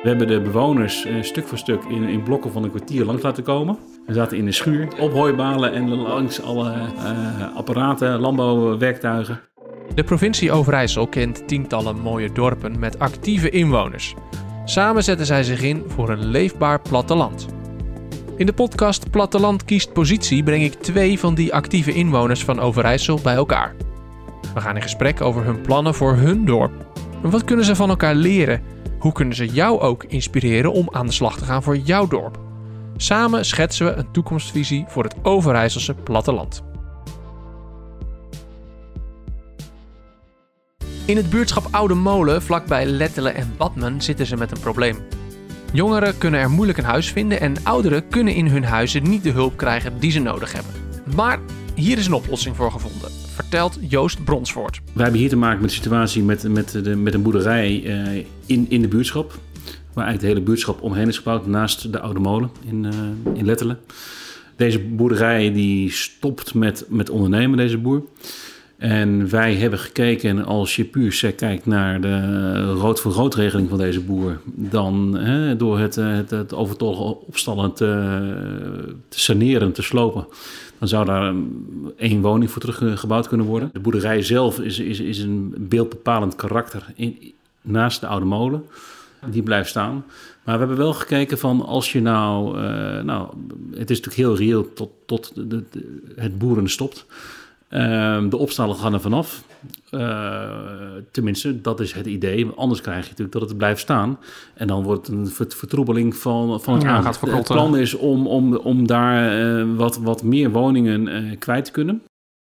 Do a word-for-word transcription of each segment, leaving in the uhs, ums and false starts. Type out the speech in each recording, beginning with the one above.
We hebben de bewoners uh, stuk voor stuk in, in blokken van een kwartier langs laten komen. We zaten in de schuur, op hooibalen en langs alle uh, apparaten, landbouwwerktuigen. De provincie Overijssel kent tientallen mooie dorpen met actieve inwoners. Samen zetten zij zich in voor een leefbaar platteland. In de podcast Platteland kiest positie breng ik twee van die actieve inwoners van Overijssel bij elkaar. We gaan in gesprek over hun plannen voor hun dorp. En wat kunnen ze van elkaar leren? Hoe kunnen ze jou ook inspireren om aan de slag te gaan voor jouw dorp? Samen schetsen we een toekomstvisie voor het Overijsselse platteland. In het buurtschap Oude Molen, vlakbij Lettelen en Badmen, zitten ze met een probleem. Jongeren kunnen er moeilijk een huis vinden en ouderen kunnen in hun huizen niet de hulp krijgen die ze nodig hebben. Maar hier is een oplossing voor gevonden, vertelt Joost Bronsvoort. Wij hebben hier te maken met een situatie met, met, de, met een boerderij uh, in, in de buurtschap. Waar eigenlijk de hele buurtschap omheen is gebouwd, naast de Oude Molen in, uh, in Lettelen. Deze boerderij die stopt met, met ondernemen, deze boer. En wij hebben gekeken, als je puur sec kijkt naar de rood voor rood regeling van deze boer, dan hè, door het, het, het overtollige opstallen te, te saneren, te slopen, dan zou daar één woning voor terug gebouwd kunnen worden. De boerderij zelf is, is, is een beeldbepalend karakter in, naast de Oude Molen. Die blijft staan. Maar we hebben wel gekeken van als je nou, uh, nou het is natuurlijk heel reëel tot, tot de, de, het boeren stopt. Uh, de opstallen gaan er vanaf. Uh, tenminste, dat is het idee. Anders krijg je natuurlijk dat het blijft staan. En dan wordt het een vertroebeling van, van het ja, aanbod. Het plan is om, om, om daar uh, wat, wat meer woningen uh, kwijt te kunnen.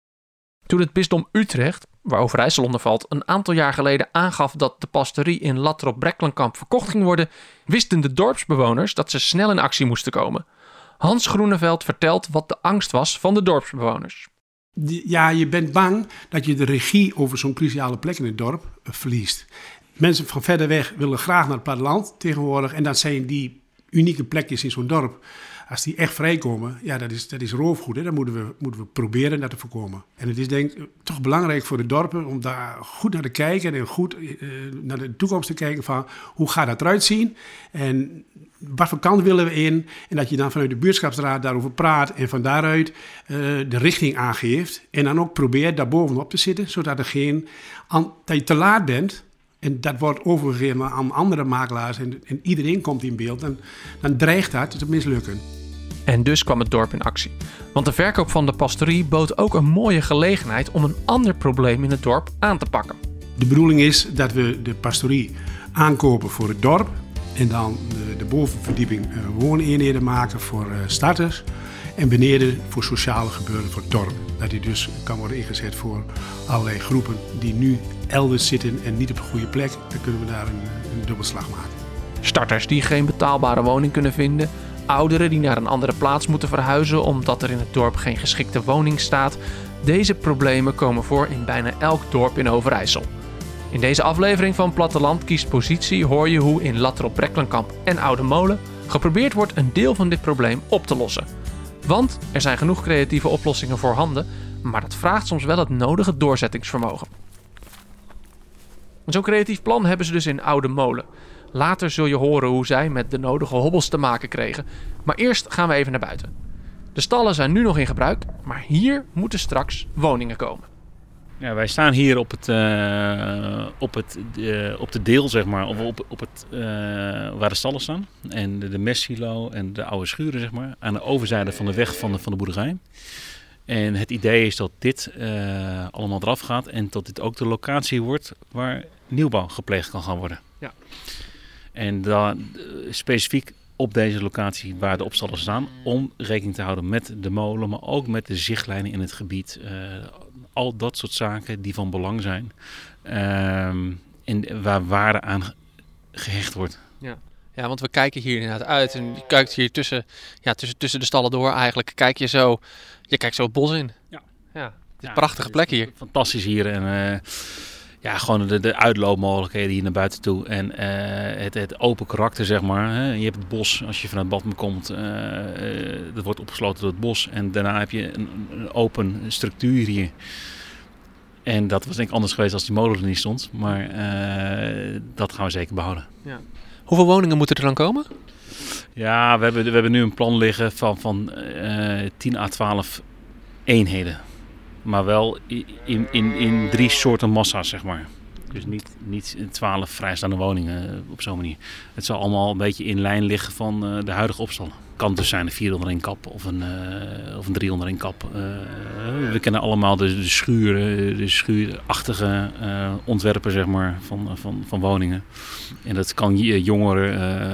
Toen het bisdom Utrecht, waar Overijssel onder valt, een aantal jaar geleden aangaf dat de pastorie in Latrop-Brecklenkamp verkocht ging worden, wisten de dorpsbewoners dat ze snel in actie moesten komen. Hans Groeneveld vertelt wat de angst was van de dorpsbewoners. Ja, je bent bang dat je de regie over zo'n cruciale plek in het dorp uh, verliest. Mensen van verder weg willen graag naar het platteland tegenwoordig. En dat zijn die unieke plekjes in zo'n dorp. Als die echt vrijkomen, ja, dat is, dat is roofgoed. Hè? Dat moeten we, moeten we proberen dat te voorkomen. En het is denk ik toch belangrijk voor de dorpen om daar goed naar te kijken. En goed uh, naar de toekomst te kijken van hoe gaat dat eruit zien. En wat voor kant willen we in? En dat je dan vanuit de buurtschapsraad daarover praat en van daaruit uh, de richting aangeeft. En dan ook probeert daar bovenop te zitten, zodat er geen, an, dat je te laat bent. En dat wordt overgegeven aan andere makelaars en, en iedereen komt in beeld. En dan dreigt dat te mislukken. En dus kwam het dorp in actie. Want de verkoop van de pastorie bood ook een mooie gelegenheid om een ander probleem in het dorp aan te pakken. De bedoeling is dat we de pastorie aankopen voor het dorp. En dan de, de bovenverdieping uh, wooneenheden maken voor uh, starters. En beneden voor sociale gebeuren voor het dorp. Dat die dus kan worden ingezet voor allerlei groepen die nu elders zitten en niet op een goede plek. Dan kunnen we daar een, een dubbelslag maken. Starters die geen betaalbare woning kunnen vinden. Ouderen die naar een andere plaats moeten verhuizen omdat er in het dorp geen geschikte woning staat. Deze problemen komen voor in bijna elk dorp in Overijssel. In deze aflevering van Platteland kiest positie hoor je hoe in Latrop-Brecklenkamp en Oude Molen geprobeerd wordt een deel van dit probleem op te lossen. Want er zijn genoeg creatieve oplossingen voorhanden, maar dat vraagt soms wel het nodige doorzettingsvermogen. Zo'n creatief plan hebben ze dus in Oude Molen. Later zul je horen hoe zij met de nodige hobbels te maken kregen. Maar eerst gaan we even naar buiten. De stallen zijn nu nog in gebruik, maar hier moeten straks woningen komen. Ja, wij staan hier op het, uh, op het uh, op de deel, zeg maar, of op, op het, uh, waar de stallen staan. En de, de mestsilo en de oude schuren, zeg maar, aan de overzijde van de weg van de, van de boerderij. En het idee is dat dit uh, allemaal eraf gaat en dat dit ook de locatie wordt waar nieuwbouw gepleegd kan gaan worden. Ja. En dan uh, specifiek op deze locatie waar de opstallen staan, om rekening te houden met de molen, maar ook met de zichtlijnen in het gebied. Uh, al dat soort zaken die van belang zijn uh, en waar waarde aan gehecht wordt. Ja. Ja, want we kijken hier inderdaad uit en je kijkt hier tussen, ja, tussen, tussen de stallen door eigenlijk. Kijk je zo, je kijkt zo het bos in. Ja. Ja, het is ja, een prachtige plek hier. Fantastisch hier en uh, ja, gewoon de, de uitloopmogelijkheden hier naar buiten toe en uh, het, het open karakter, zeg maar. Hè. Je hebt het bos, als je vanuit Badmen komt, uh, uh, dat wordt opgesloten door het bos en daarna heb je een, een open structuur hier. En dat was denk ik anders geweest als die molen er niet stond, maar uh, dat gaan we zeker behouden. Ja. Hoeveel woningen moeten er dan komen? Ja, we hebben, we hebben nu een plan liggen van, van uh, tien à twaalf eenheden. Maar wel in, in, in drie soorten massa's, zeg maar. Dus niet, niet twaalf vrijstaande woningen op zo'n manier. Het zal allemaal een beetje in lijn liggen van uh, de huidige opstallen. Kan dus zijn een vier onder één kap of een, uh, of een drie onder één kap. Uh, we kennen allemaal de, de schuren, de schuurachtige uh, ontwerpen, zeg maar, van, van, van woningen. En dat kan jongere,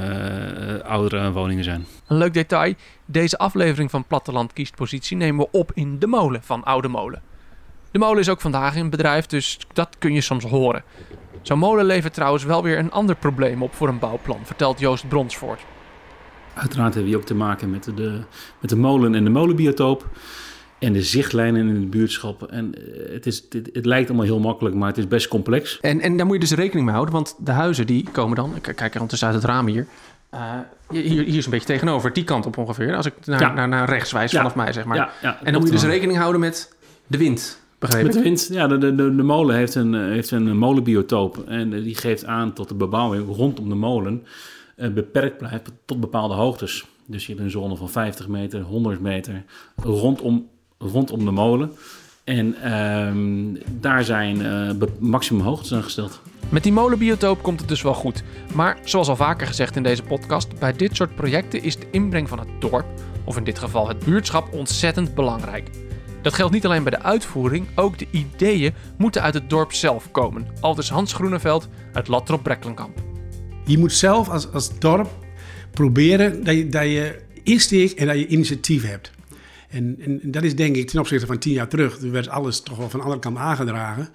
uh, oudere woningen zijn. Een leuk detail. Deze aflevering van Platteland Kiest Positie nemen we op in de molen van Oude Molen. De molen is ook vandaag in bedrijf, dus dat kun je soms horen. Zo'n molen levert trouwens wel weer een ander probleem op voor een bouwplan, vertelt Joost Bronsvoort. Uiteraard hebben we ook te maken met de, met de molen en de molenbiotoop en de zichtlijnen in het buurtschap. En het, is, het, het lijkt allemaal heel makkelijk, maar het is best complex. En, en daar moet je dus rekening mee houden, want de huizen die komen dan... Ik kijk er ondertussen uit het raam hier. Uh, hier, hier is een beetje tegenover, die kant op ongeveer. Als ik naar, ja. naar, naar rechts wijs vanaf ja. mij, zeg maar. Ja, ja, en dan moet je dus rekening houden met de wind. Met de wind, ja, de, de, de molen heeft een, heeft een molenbiotoop en die geeft aan tot de bebouwing rondom de molen uh, beperkt blijft tot bepaalde hoogtes. Dus je hebt een zone van vijftig meter, honderd meter rondom, rondom de molen. En uh, daar zijn uh, maximum hoogtes aan gesteld. Met die molenbiotoop komt het dus wel goed. Maar zoals al vaker gezegd in deze podcast, bij dit soort projecten is de inbreng van het dorp, of in dit geval het buurtschap, ontzettend belangrijk. Dat geldt niet alleen bij de uitvoering, ook de ideeën moeten uit het dorp zelf komen. Aldus Hans Groeneveld uit Latrop-Brecklenkamp. Je moet zelf als, als dorp proberen dat je, dat je insteek en dat je initiatief hebt. En, en, en dat is denk ik ten opzichte van tien jaar terug. Er werd alles toch wel van alle kanten aangedragen.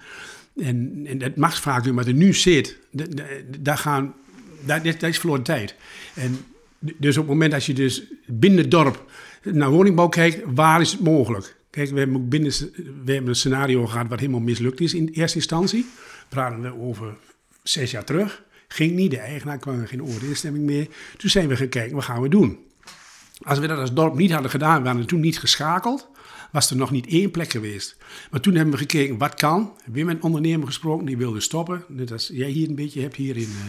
En, en dat mag vaak doen, maar er nu zit, daar gaan, daar, dat is verloren tijd. En dus op het moment dat je dus binnen het dorp naar woningbouw kijkt, waar is het mogelijk? Kijk, we hebben ook binnen we hebben een scenario gehad wat helemaal mislukt is in eerste instantie. Praten we over zes jaar terug. Ging niet, de eigenaar kwam geen overeenstemming meer. Toen zijn we gaan kijken, wat gaan we doen? Als we dat als dorp niet hadden gedaan, we hadden toen niet geschakeld, was er nog niet één plek geweest. Maar toen hebben we gekeken, wat kan? We hebben met een ondernemer gesproken, die wilde stoppen. Net als jij hier een beetje hebt, hier in, uh,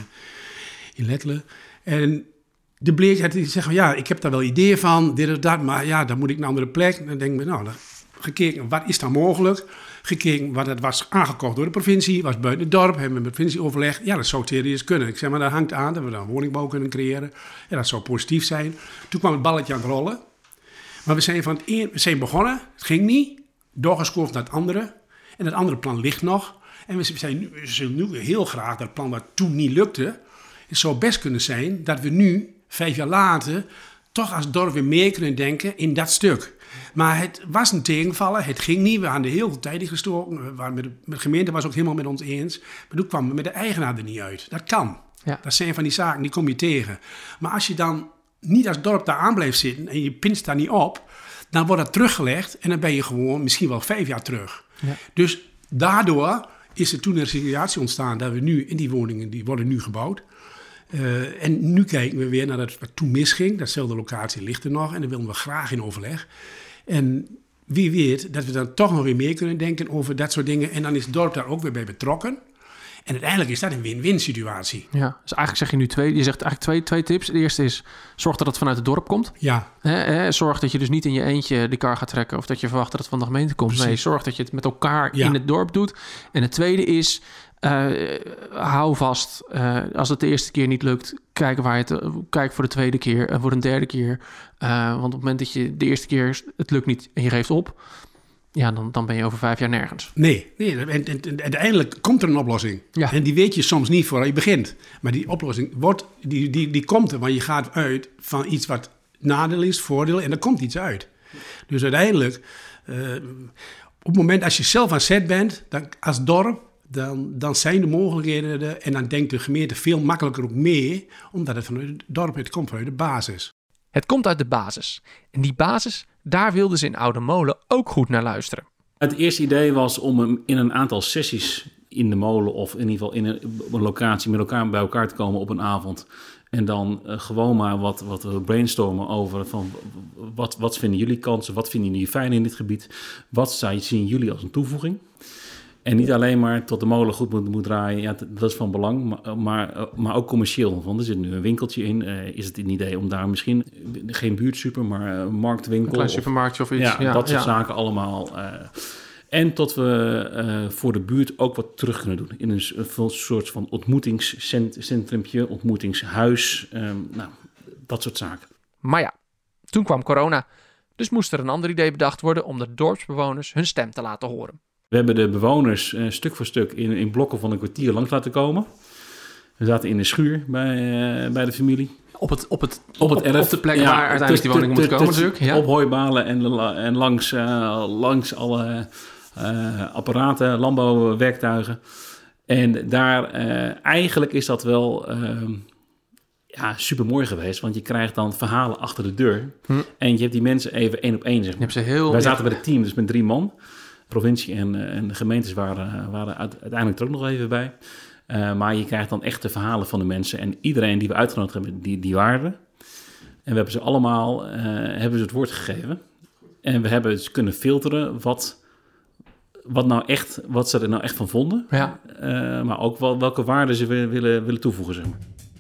in Lettelen. En de bleek dat hij zegt, ja, ik heb daar wel ideeën van, dit of dat, maar ja, dan moet ik naar een andere plek. Dan denk ik, nou, dan gekeken, wat is dan mogelijk? Gekeken wat het was aangekocht door de provincie, was buiten het dorp, hebben we met de provincie overlegd. Ja, dat zou theoretisch kunnen. Ik zeg maar, dat hangt aan dat we dan woningbouw kunnen creëren. Ja, dat zou positief zijn. Toen kwam het balletje aan het rollen. Maar we zijn van het een, we zijn begonnen, het ging niet, doorgeschoven naar het andere. En het andere plan ligt nog. En we zijn nu, we zullen nu heel graag dat plan wat toen niet lukte. Het zou best kunnen zijn dat we nu, vijf jaar later, toch als dorp weer meer kunnen denken in dat stuk. Maar het was een tegenvallen, het ging niet. We hadden heel veel tijd in gestoken. We waren met, de, met de gemeente was ook helemaal met ons eens. Maar toen kwamen we met de eigenaar er niet uit. Dat kan. Ja. Dat zijn van die zaken, die kom je tegen. Maar als je dan niet als dorp daar aan blijft zitten en je pinst daar niet op, dan wordt dat teruggelegd en dan ben je gewoon misschien wel vijf jaar terug. Ja. Dus daardoor is er toen een situatie ontstaan dat we nu in die woningen, die worden nu gebouwd. Uh, en nu kijken we weer naar dat wat toen misging. Datzelfde locatie ligt er nog en daar willen we graag in overleg. En wie weet dat we dan toch nog weer meer kunnen denken over dat soort dingen. En dan is het dorp daar ook weer bij betrokken. En uiteindelijk is dat een win-win situatie. Ja, dus eigenlijk zeg je nu twee, je zegt eigenlijk twee, twee tips. De eerste is, zorg dat het vanuit het dorp komt. Ja. He, he, zorg dat je dus niet in je eentje de kar gaat trekken of dat je verwacht dat het van de gemeente komt. Precies. Nee, zorg dat je het met elkaar ja. in het dorp doet. En het tweede is, Uh, hou vast, uh, als het de eerste keer niet lukt, kijk, waar je het, uh, kijk voor de tweede keer en voor een derde keer. Uh, want op het moment dat je de eerste keer het lukt niet en je geeft op, ja, dan, dan ben je over vijf jaar nergens. Nee, nee en, en, en uiteindelijk komt er een oplossing. Ja. En die weet je soms niet voordat je begint. Maar die oplossing wordt, die, die, die komt er, want je gaat uit van iets wat nadeel is, voordeel, en er komt iets uit. Dus uiteindelijk, uh, op het moment als je zelf aan zet bent, dan als dorp, Dan, dan zijn de mogelijkheden er en dan denkt de gemeente veel makkelijker ook mee, omdat het vanuit het dorp het komt vanuit de basis. Het komt uit de basis. En die basis, daar wilden ze in Oude Molen ook goed naar luisteren. Het eerste idee was om hem in een aantal sessies in de molen of in ieder geval in een, op een locatie met elkaar bij elkaar te komen op een avond. En dan uh, gewoon maar wat, wat brainstormen over van wat, wat vinden jullie kansen, wat vinden jullie fijn in dit gebied, wat zien jullie als een toevoeging. En niet alleen maar tot de molen goed moet, moet draaien, ja, dat is van belang, maar, maar, maar ook commercieel. Want er zit nu een winkeltje in. Uh, is het een idee om daar misschien, geen buurtsuper, maar een marktwinkel. Een klein supermarktje of, of iets. Ja, ja dat soort ja. zaken allemaal. Uh, en tot we uh, voor de buurt ook wat terug kunnen doen. In een, een soort van ontmoetingscentrumpje, ontmoetingshuis. Um, nou, dat soort zaken. Maar ja, toen kwam corona. Dus moest er een ander idee bedacht worden om de dorpsbewoners hun stem te laten horen. We hebben de bewoners uh, stuk voor stuk in, in blokken van een kwartier langs laten komen. We zaten in de schuur bij, uh, bij de familie. Op, het, op, het, op, het erf, op de plek ja, waar uiteindelijk die woning moet komen natuurlijk. Ja. Op hooibalen en, en langs, uh, langs alle uh, apparaten, landbouwwerktuigen. En daar, uh, eigenlijk is dat wel uh, ja, super mooi geweest. Want je krijgt dan verhalen achter de deur. Hm. En je hebt die mensen even één op één. Zeg maar. Je hebt ze heel, Wij zaten ja. bij het team, dus met drie man. De provincie en, uh, en de gemeentes waren, waren uiteindelijk er ook nog even bij. Uh, maar je krijgt dan echt de verhalen van de mensen. En iedereen die we uitgenodigd hebben, die, die waren er. En we hebben ze allemaal uh, hebben ze het woord gegeven. En we hebben dus kunnen filteren wat, wat, nou echt, wat ze er nou echt van vonden. Ja. Uh, maar ook wel, welke waarden ze willen, willen, willen toevoegen. Zeg maar.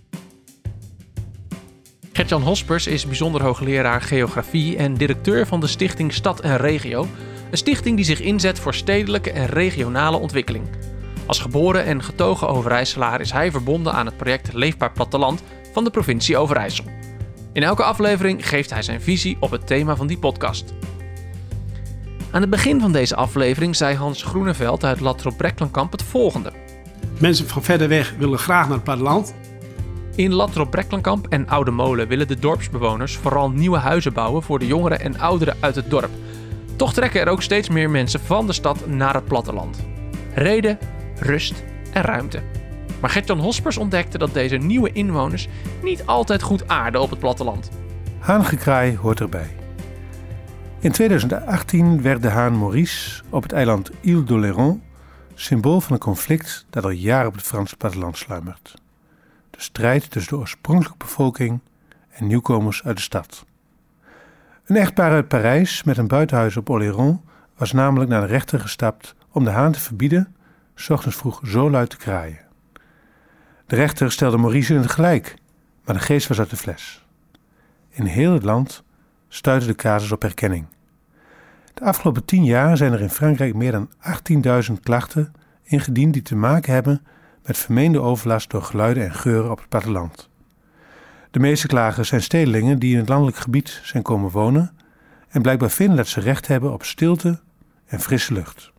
Gert-Jan Hospers is bijzonder hoogleraar geografie en directeur van de stichting Stad en Regio. Een stichting die zich inzet voor stedelijke en regionale ontwikkeling. Als geboren en getogen Overijsselaar is hij verbonden aan het project Leefbaar Platteland van de provincie Overijssel. In elke aflevering geeft hij zijn visie op het thema van die podcast. Aan het begin van deze aflevering zei Hans Groeneveld uit Latrop-Brecklenkamp het volgende. Mensen van verder weg willen graag naar het platteland. In Latrop-Brecklenkamp en Oude Molen willen de dorpsbewoners vooral nieuwe huizen bouwen voor de jongeren en ouderen uit het dorp. Toch trekken er ook steeds meer mensen van de stad naar het platteland. Reden, rust en ruimte. Maar Gert-Jan Hospers ontdekte dat deze nieuwe inwoners niet altijd goed aarden op het platteland. Haangekraai hoort erbij. In tweeduizend achttien werd de haan Maurice op het eiland Île d'Oléron symbool van een conflict dat al jaren op het Franse platteland sluimert. De strijd tussen de oorspronkelijke bevolking en nieuwkomers uit de stad. Een echtpaar uit Parijs met een buitenhuis op Oléron was namelijk naar de rechter gestapt om de haan te verbieden 's ochtends vroeg zo luid te kraaien. De rechter stelde Maurice in het gelijk, maar de geest was uit de fles. In heel het land stuitte de casus op erkenning. De afgelopen tien jaar zijn er in Frankrijk meer dan achttienduizend klachten ingediend die te maken hebben met vermeende overlast door geluiden en geuren op het platteland. De meeste klagers zijn stedelingen die in het landelijk gebied zijn komen wonen en blijkbaar vinden dat ze recht hebben op stilte en frisse lucht.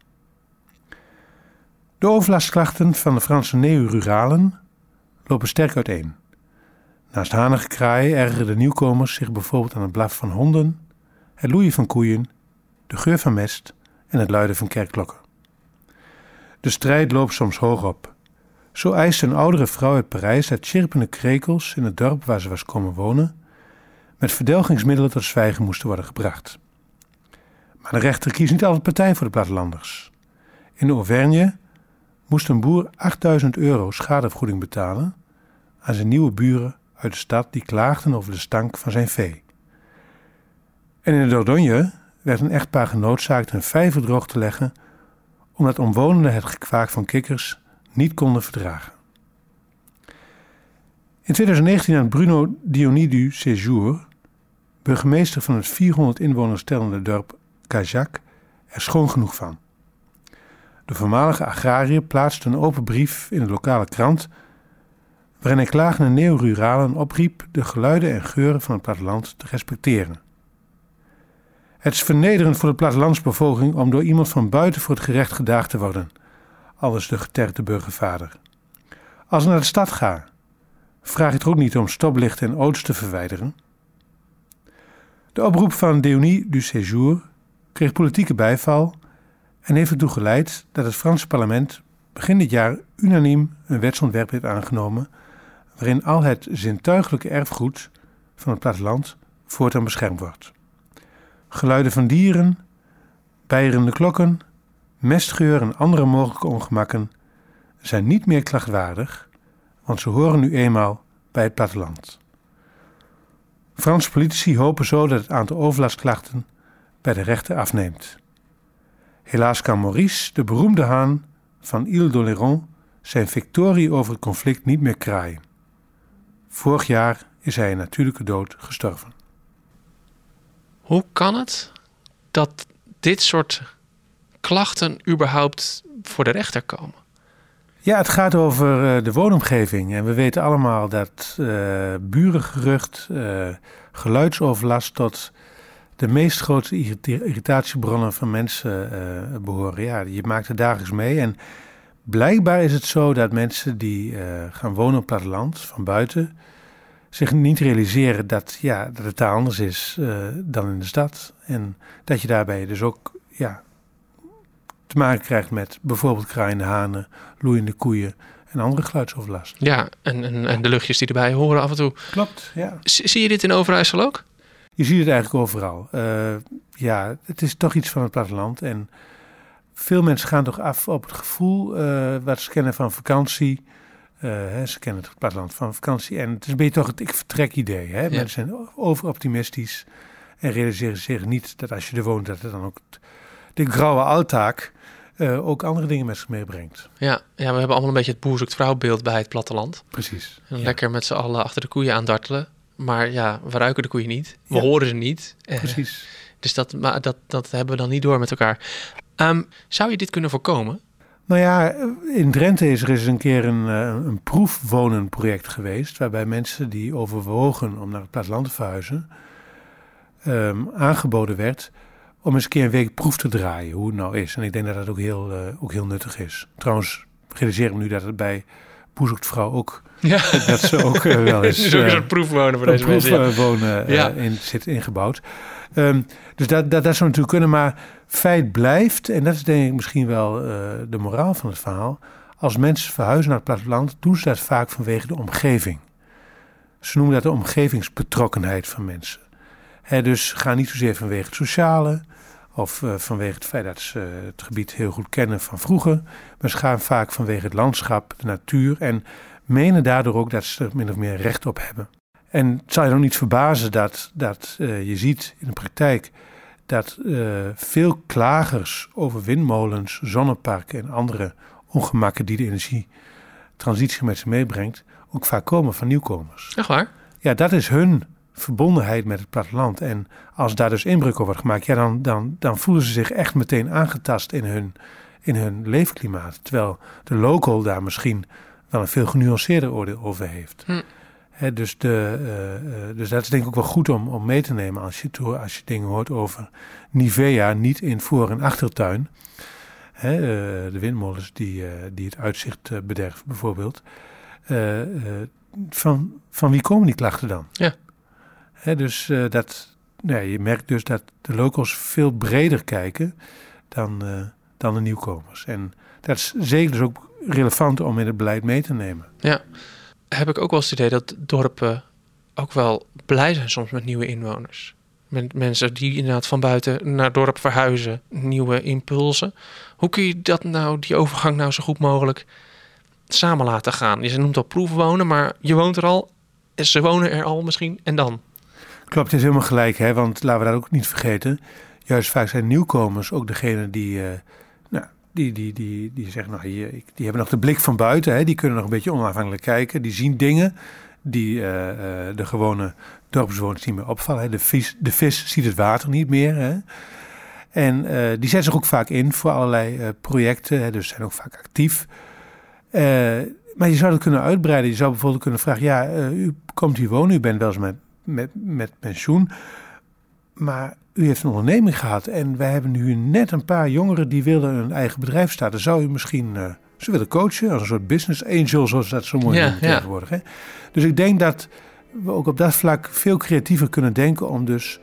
De overlastklachten van de Franse neo-ruralen lopen sterk uiteen. Naast hanengekraai ergeren de nieuwkomers zich bijvoorbeeld aan het blaf van honden, het loeien van koeien, de geur van mest en het luiden van kerkklokken. De strijd loopt soms hoog op. Zo eiste een oudere vrouw uit Parijs dat chirpende krekels in het dorp waar ze was komen wonen met verdelgingsmiddelen tot zwijgen moesten worden gebracht. Maar de rechter kiest niet altijd partij voor de plattelanders. In de Auvergne moest een boer achtduizend euro schadevergoeding betalen aan zijn nieuwe buren uit de stad die klaagden over de stank van zijn vee. En in de Dordogne werd een echtpaar genoodzaakt een vijver droog te leggen omdat omwonenden het gekwaak van kikkers niet konden verdragen. In tweeduizend negentien had Bruno Dionis du Séjour, burgemeester van het vierhonderd inwoners tellende dorp Cajac, er schoon genoeg van. De voormalige agrariër plaatste een open brief in de lokale krant waarin hij klagende neo-ruralen opriep de geluiden en geuren van het platteland te respecteren. Het is vernederend voor de plattelandsbevolking om door iemand van buiten voor het gerecht gedaagd te worden, aldus de getergde burgervader. Als ik naar de stad ga, vraag ik er ook niet om stoplichten en auto's te verwijderen. De oproep van Dionis du Séjour kreeg politieke bijval en heeft ertoe geleid dat het Franse parlement begin dit jaar unaniem een wetsontwerp heeft aangenomen waarin al het zintuigelijke erfgoed van het platteland voortaan beschermd wordt. Geluiden van dieren, bijrende klokken, mestgeur en andere mogelijke ongemakken zijn niet meer klachtwaardig, want ze horen nu eenmaal bij het platteland. Franse politici hopen zo dat het aantal overlastklachten bij de rechter afneemt. Helaas kan Maurice, de beroemde haan, van Ile-d'Oléron zijn victorie over het conflict niet meer kraaien. Vorig jaar is hij een natuurlijke dood gestorven. Hoe kan het dat dit soort klachten überhaupt voor de rechter komen? Ja, het gaat over uh, de woonomgeving. En we weten allemaal dat uh, burengerucht, uh, geluidsoverlast tot de meest grote irritatiebronnen van mensen uh, behoren. Ja, je maakt het dagelijks mee. En blijkbaar is het zo dat mensen die uh, gaan wonen op het platteland, van buiten, zich niet realiseren dat, ja, dat het daar anders is uh, dan in de stad. En dat je daarbij dus ook ja, te maken krijgt met bijvoorbeeld kraaiende hanen, loeiende koeien en andere geluidsoverlast. Ja, en, en, en de luchtjes die erbij horen af en toe. Klopt, ja. Z- zie je dit in Overijssel ook? Je ziet het eigenlijk overal. Uh, ja, het is toch iets van het platteland. En veel mensen gaan toch af op het gevoel uh, wat ze kennen van vakantie. Uh, hè, ze kennen het platteland van vakantie. En het is een beetje toch het ik-vertrek-idee. Hè? Ja. Mensen zijn overoptimistisch en realiseren zich niet dat als je er woont, dat het dan ook de grauwe alltaak uh, ook andere dingen met zich meebrengt. Ja, ja, we hebben allemaal een beetje het boer zoekt vrouw beeld bij het platteland. Precies. En ja. lekker met z'n allen achter de koeien aandartelen. Maar ja, we ruiken de koeien niet. We Ja. horen ze niet. Eh, Precies. Dus dat, maar dat, dat hebben we dan niet door met elkaar. Um, zou je dit kunnen voorkomen? Nou ja, in Drenthe is er eens een keer een, een proefwonenproject geweest, waarbij mensen die overwogen om naar het platteland te verhuizen, um, aangeboden werd om eens een keer een week proef te draaien, hoe het nou is. En ik denk dat dat ook heel, uh, ook heel nuttig is. Trouwens, realiseer ik me nu dat het bij Boer zoekt vrouw ook, Ja. dat ze ook uh, wel eens Dus ook eens uh, een proefwonen voor een deze mensen. Ja. proefwonen uh, Ja. in, zit ingebouwd. Um, dus dat, dat, dat zou natuurlijk kunnen, maar feit blijft, en dat is denk ik misschien wel uh, de moraal van het verhaal, als mensen verhuizen naar het platteland, doen ze dat vaak vanwege de omgeving. Ze noemen dat de omgevingsbetrokkenheid van mensen. He, dus ga niet zozeer vanwege het sociale of uh, vanwege het feit dat ze uh, het gebied heel goed kennen van vroeger, maar ze gaan vaak vanwege het landschap, de natuur en menen daardoor ook dat ze er min of meer recht op hebben. En het zal je nog niet verbazen dat, dat uh, je ziet in de praktijk dat uh, veel klagers over windmolens, zonneparken en andere ongemakken die de energietransitie met zich meebrengt, ook vaak komen van nieuwkomers. Echt waar? Ja, dat is hun verbondenheid met het platteland. En als daar dus inbreuk op wordt gemaakt, ja, dan, dan, dan voelen ze zich echt meteen aangetast in hun, in hun leefklimaat. Terwijl de local daar misschien wel een veel genuanceerder oordeel over heeft. Hm. He, dus, de, uh, uh, dus dat is denk ik ook wel goed om, om mee te nemen als je, to, als je dingen hoort over Nivea, niet in voor- en achtertuin. He, uh, de windmolens die, uh, die het uitzicht uh, bederven bijvoorbeeld. Uh, uh, van, van wie komen die klachten dan? Ja. He, dus uh, dat, nou ja, je merkt dus dat de locals veel breder kijken dan, uh, dan de nieuwkomers. En dat is zeker dus ook relevant om in het beleid mee te nemen. Ja. Heb ik ook wel eens het idee dat dorpen ook wel blij zijn soms met nieuwe inwoners. Met mensen die inderdaad van buiten naar het dorp verhuizen, nieuwe impulsen. Hoe kun je dat nou, die overgang nou zo goed mogelijk samen laten gaan? Je noemt al proefwonen, maar je woont er al, ze wonen er al misschien, en dan? Klopt, het is helemaal gelijk, hè? Want laten we dat ook niet vergeten. Juist vaak zijn nieuwkomers ook degene die, uh, nou, die, die, die, die zeggen, nou, hier, die hebben nog de blik van buiten, hè? Die kunnen nog een beetje onafhankelijk kijken, die zien dingen die uh, uh, de gewone dorpsbewoners niet meer opvallen. Hè? De, vis, de vis ziet het water niet meer. Hè? En uh, die zetten zich ook vaak in voor allerlei uh, projecten, hè? Dus zijn ook vaak actief. Uh, maar je zou dat kunnen uitbreiden. Je zou bijvoorbeeld kunnen vragen, ja, uh, u komt hier wonen, u bent wel eens met, met, met pensioen, maar u heeft een onderneming gehad en wij hebben nu net een paar jongeren die willen een eigen bedrijf starten. Zou u misschien uh, ze willen coachen als een soort business angel, zoals dat zo mooi ja, noemen ja. tegenwoordig. Hè? Dus ik denk dat we ook op dat vlak veel creatiever kunnen denken om dus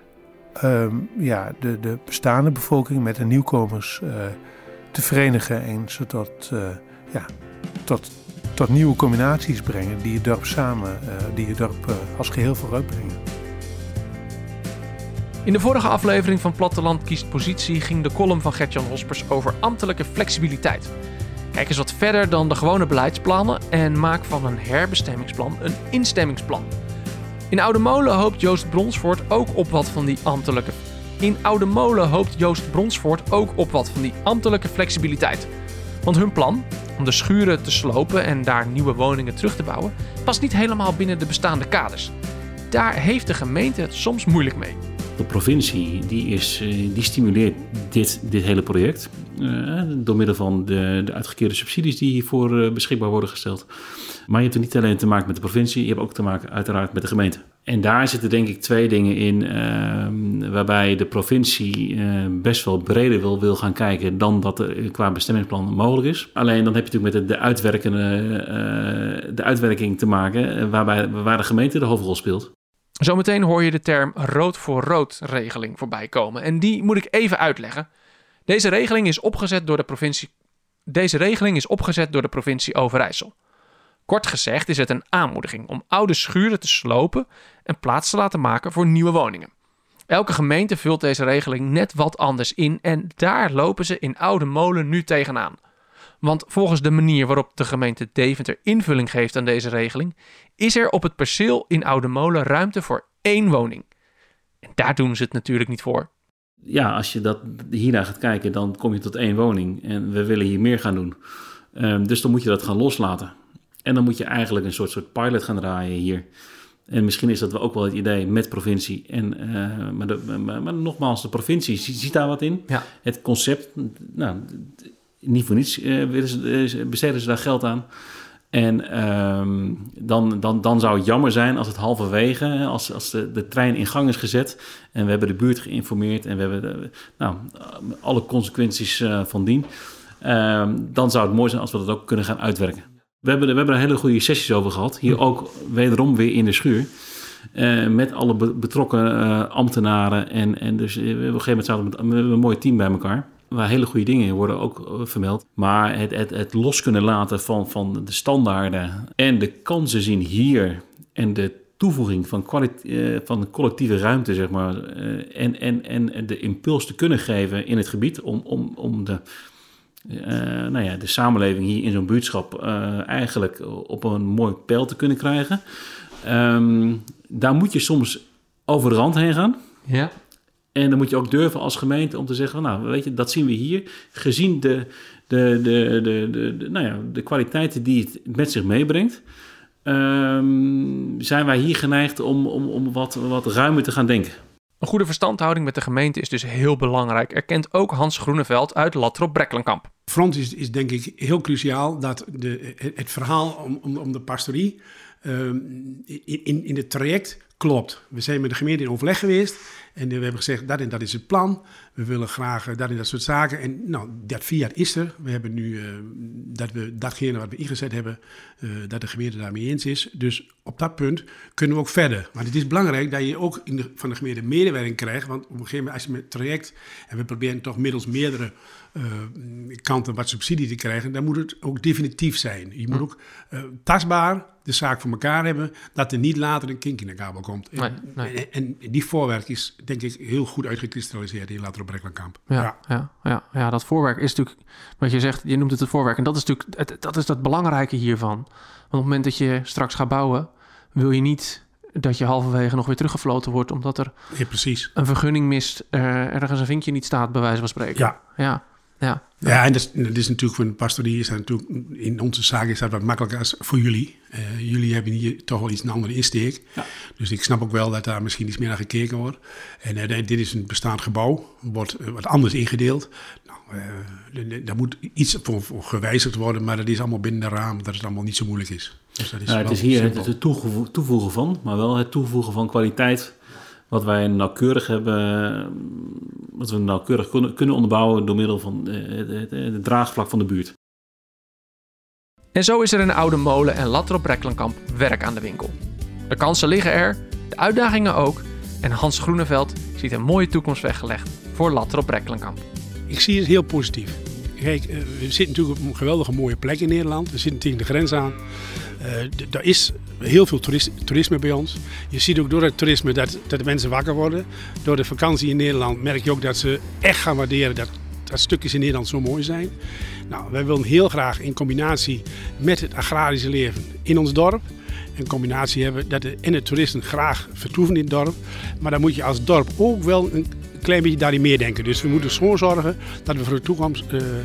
um, ja, de, de bestaande bevolking met de nieuwkomers uh, te verenigen en ze tot, uh, ja, tot, tot nieuwe combinaties brengen die het dorp samen, uh, die het dorp uh, als geheel vooruitbrengen. In de vorige aflevering van Platteland kiest positie ging de column van Gert-Jan Hospers over ambtelijke flexibiliteit. Kijk eens wat verder dan de gewone beleidsplannen en maak van een herbestemmingsplan een instemmingsplan. In Oudemolen hoopt Joost Bronsvoort ook op wat van die ambtelijke. In Oudemolen hoopt Joost Bronsvoort ook op wat van die ambtelijke flexibiliteit. Want hun plan om de schuren te slopen en daar nieuwe woningen terug te bouwen past niet helemaal binnen de bestaande kaders. Daar heeft de gemeente het soms moeilijk mee. De provincie die is, die stimuleert dit, dit hele project uh, door middel van de, de uitgekeerde subsidies die hiervoor uh, beschikbaar worden gesteld. Maar je hebt er niet alleen te maken met de provincie, je hebt ook te maken uiteraard met de gemeente. En daar zitten denk ik twee dingen in uh, waarbij de provincie uh, best wel breder wil, wil gaan kijken dan dat er qua bestemmingsplan mogelijk is. Alleen dan heb je natuurlijk met de, de, uitwerkende, uh, de uitwerking te maken waarbij, waar de gemeente de hoofdrol speelt. Zometeen hoor je de term rood voor rood regeling voorbij komen. En die moet ik even uitleggen. Deze regeling is opgezet door de provincie, Deze regeling is opgezet door de provincie Overijssel. Kort gezegd is het een aanmoediging om oude schuren te slopen en plaats te laten maken voor nieuwe woningen. Elke gemeente vult deze regeling net wat anders in en daar lopen ze in Oude Molen nu tegenaan. Want volgens de manier waarop de gemeente Deventer invulling geeft aan deze regeling, is er op het perceel in Oude Molen ruimte voor één woning. En daar doen ze het natuurlijk niet voor. Ja, als je dat hiernaar gaat kijken, dan kom je tot één woning. En we willen hier meer gaan doen. Um, dus dan moet je dat gaan loslaten. En dan moet je eigenlijk een soort, soort pilot gaan draaien hier. En misschien is dat wel ook wel het idee met provincie. En, uh, maar, de, maar, maar nogmaals, de provincie ziet daar wat in. Ja. Het concept, nou, niet voor niets uh, besteden ze daar geld aan. En um, dan, dan, dan zou het jammer zijn als het halverwege, als, als de, de trein in gang is gezet en we hebben de buurt geïnformeerd en we hebben de, nou, alle consequenties uh, van dien. Um, dan zou het mooi zijn als we dat ook kunnen gaan uitwerken. We hebben, we hebben er hele goede sessies over gehad. Hier ook wederom weer in de schuur. Uh, met alle be- betrokken uh, ambtenaren. En, en dus uh, op een gegeven moment zaten we met, met een mooi team bij elkaar. Waar hele goede dingen worden ook uh, vermeld. Maar het, het, het los kunnen laten van, van de standaarden. En de kansen zien hier. En de toevoeging van, kwalite- uh, van collectieve ruimte, zeg maar. Uh, en, en, en de impuls te kunnen geven in het gebied. Om, om, om de... Uh, nou ja, de samenleving hier in zo'n buurtschap uh, eigenlijk op een mooi peil te kunnen krijgen. Um, daar moet je soms over de rand heen gaan. Ja. En dan moet je ook durven als gemeente om te zeggen, nou, weet je, dat zien we hier. Gezien de, de, de, de, de, de, nou ja, de kwaliteiten die het met zich meebrengt, um, zijn wij hier geneigd om, om, om wat, wat ruimer te gaan denken. Een goede verstandhouding met de gemeente is dus heel belangrijk, erkent ook Hans Groeneveld uit Latrop-Brekkelenkamp. Front is, is denk ik heel cruciaal dat de, het verhaal om, om, om de pastorie um, in, in het traject klopt. We zijn met de gemeente in overleg geweest en we hebben gezegd dat en dat is het plan. We willen graag dat en dat soort zaken. En nou, dat fiat is er. We hebben nu uh, dat we datgene wat we ingezet hebben, uh, dat de gemeente daarmee eens is. Dus op dat punt kunnen we ook verder. Maar het is belangrijk dat je ook in de, van de gemeente medewerking krijgt. Want op een gegeven moment als je met het traject, en we proberen toch middels meerdere uh, kanten wat subsidie te krijgen, dan moet het ook definitief zijn. Je moet ook uh, tastbaar de zaak voor elkaar hebben, dat er niet later een kink in de kabel komt. Nee, nee. En, en die voorwerk is denk ik heel goed uitgekristalliseerd in Latrop-Brekkelenkamp. Ja, ja. Ja, ja, ja, dat voorwerk is natuurlijk, wat je zegt, je noemt het het voorwerk. En dat is natuurlijk het, dat is het belangrijke hiervan. Want op het moment dat je straks gaat bouwen, wil je niet dat je halverwege nog weer teruggefloten wordt, omdat er ja, precies. een vergunning mist, uh, ergens een vinkje niet staat, bij wijze van spreken. Ja. Ja. Ja, ja. ja en dat is, dat is natuurlijk voor een pastorie, is dat natuurlijk, in onze zaak is dat wat makkelijker als voor jullie. Uh, jullie hebben hier toch wel iets een andere insteek. Ja. Dus ik snap ook wel dat daar misschien iets meer naar gekeken wordt. En uh, dit is een bestaand gebouw, wordt uh, wat anders ingedeeld. Nou, uh, daar moet iets voor, voor gewijzigd worden, maar dat is allemaal binnen de raam, dat het allemaal niet zo moeilijk is. Dus dat is ja, het is hier simpel. Het toevoegen, toevoegen van, maar wel het toevoegen van kwaliteit. Wat wij nauwkeurig hebben, wat we nauwkeurig kunnen onderbouwen door middel van het draagvlak van de buurt. En zo is er in Oude Molen en Latrop-Brekkelenkamp werk aan de winkel. De kansen liggen er, de uitdagingen ook. En Hans Groeneveld ziet een mooie toekomst weggelegd voor Latrop-Brekkelenkamp. Ik zie het heel positief. Kijk, we zitten natuurlijk op een geweldige mooie plek in Nederland. We zitten tegen de grens aan. Uh, d- er is heel veel toerist- toerisme bij ons. Je ziet ook door het toerisme dat, dat de mensen wakker worden. Door de vakantie in Nederland merk je ook dat ze echt gaan waarderen dat, dat stukjes in Nederland zo mooi zijn. Nou, wij willen heel graag in combinatie met het agrarische leven in ons dorp een combinatie hebben dat de, en de toeristen graag vertoeven in het dorp. Maar dan moet je als dorp ook wel een klein beetje daarin meedenken. Dus we moeten zo zorgen dat we voor de toekomst uh,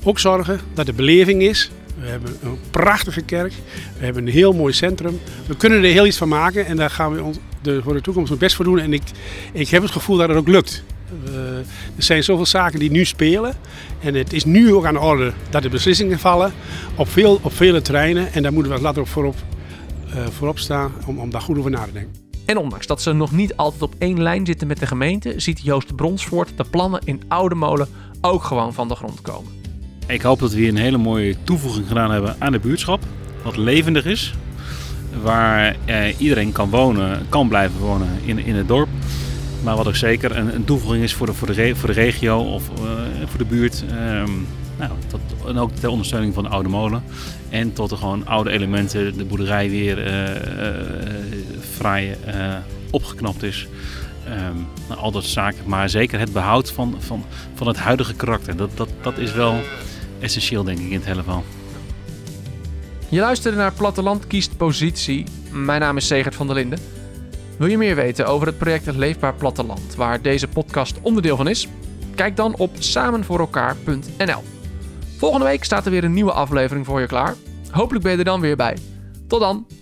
ook zorgen dat de beleving is. We hebben een prachtige kerk. We hebben een heel mooi centrum. We kunnen er heel iets van maken. En daar gaan we ons de, voor de toekomst nog best voor doen. En ik, ik heb het gevoel dat het ook lukt. Uh, er zijn zoveel zaken die nu spelen. En het is nu ook aan de orde dat de beslissingen vallen. Op, veel, op vele terreinen. En daar moeten we later ook voorop, uh, voorop staan om, om daar goed over na te denken. En ondanks dat ze nog niet altijd op één lijn zitten met de gemeente, ziet Joost Bronsvoort de plannen in Oudemolen ook gewoon van de grond komen. Ik hoop dat we hier een hele mooie toevoeging gedaan hebben aan de buurtschap. Wat levendig is. Waar eh, iedereen kan wonen, kan blijven wonen in, in het dorp. Maar wat ook zeker een, een toevoeging is voor de, voor de, re, voor de regio of uh, voor de buurt. Um, nou, tot, en ook ter ondersteuning van de Oude Molen. En tot de gewoon oude elementen, de boerderij weer uh, uh, fraai uh, opgeknapt is. Um, nou, al dat zaken. Maar zeker het behoud van, van, van het huidige karakter. Dat, dat, dat is wel essentieel, denk ik, in het hele geval. Je luisterde naar Platteland kiest positie. Mijn naam is Segert van der Linden. Wil je meer weten over het project Leefbaar Platteland, waar deze podcast onderdeel van is? Kijk dan op samenvoorelkaar punt n l. Volgende week staat er weer een nieuwe aflevering voor je klaar. Hopelijk ben je er dan weer bij. Tot dan!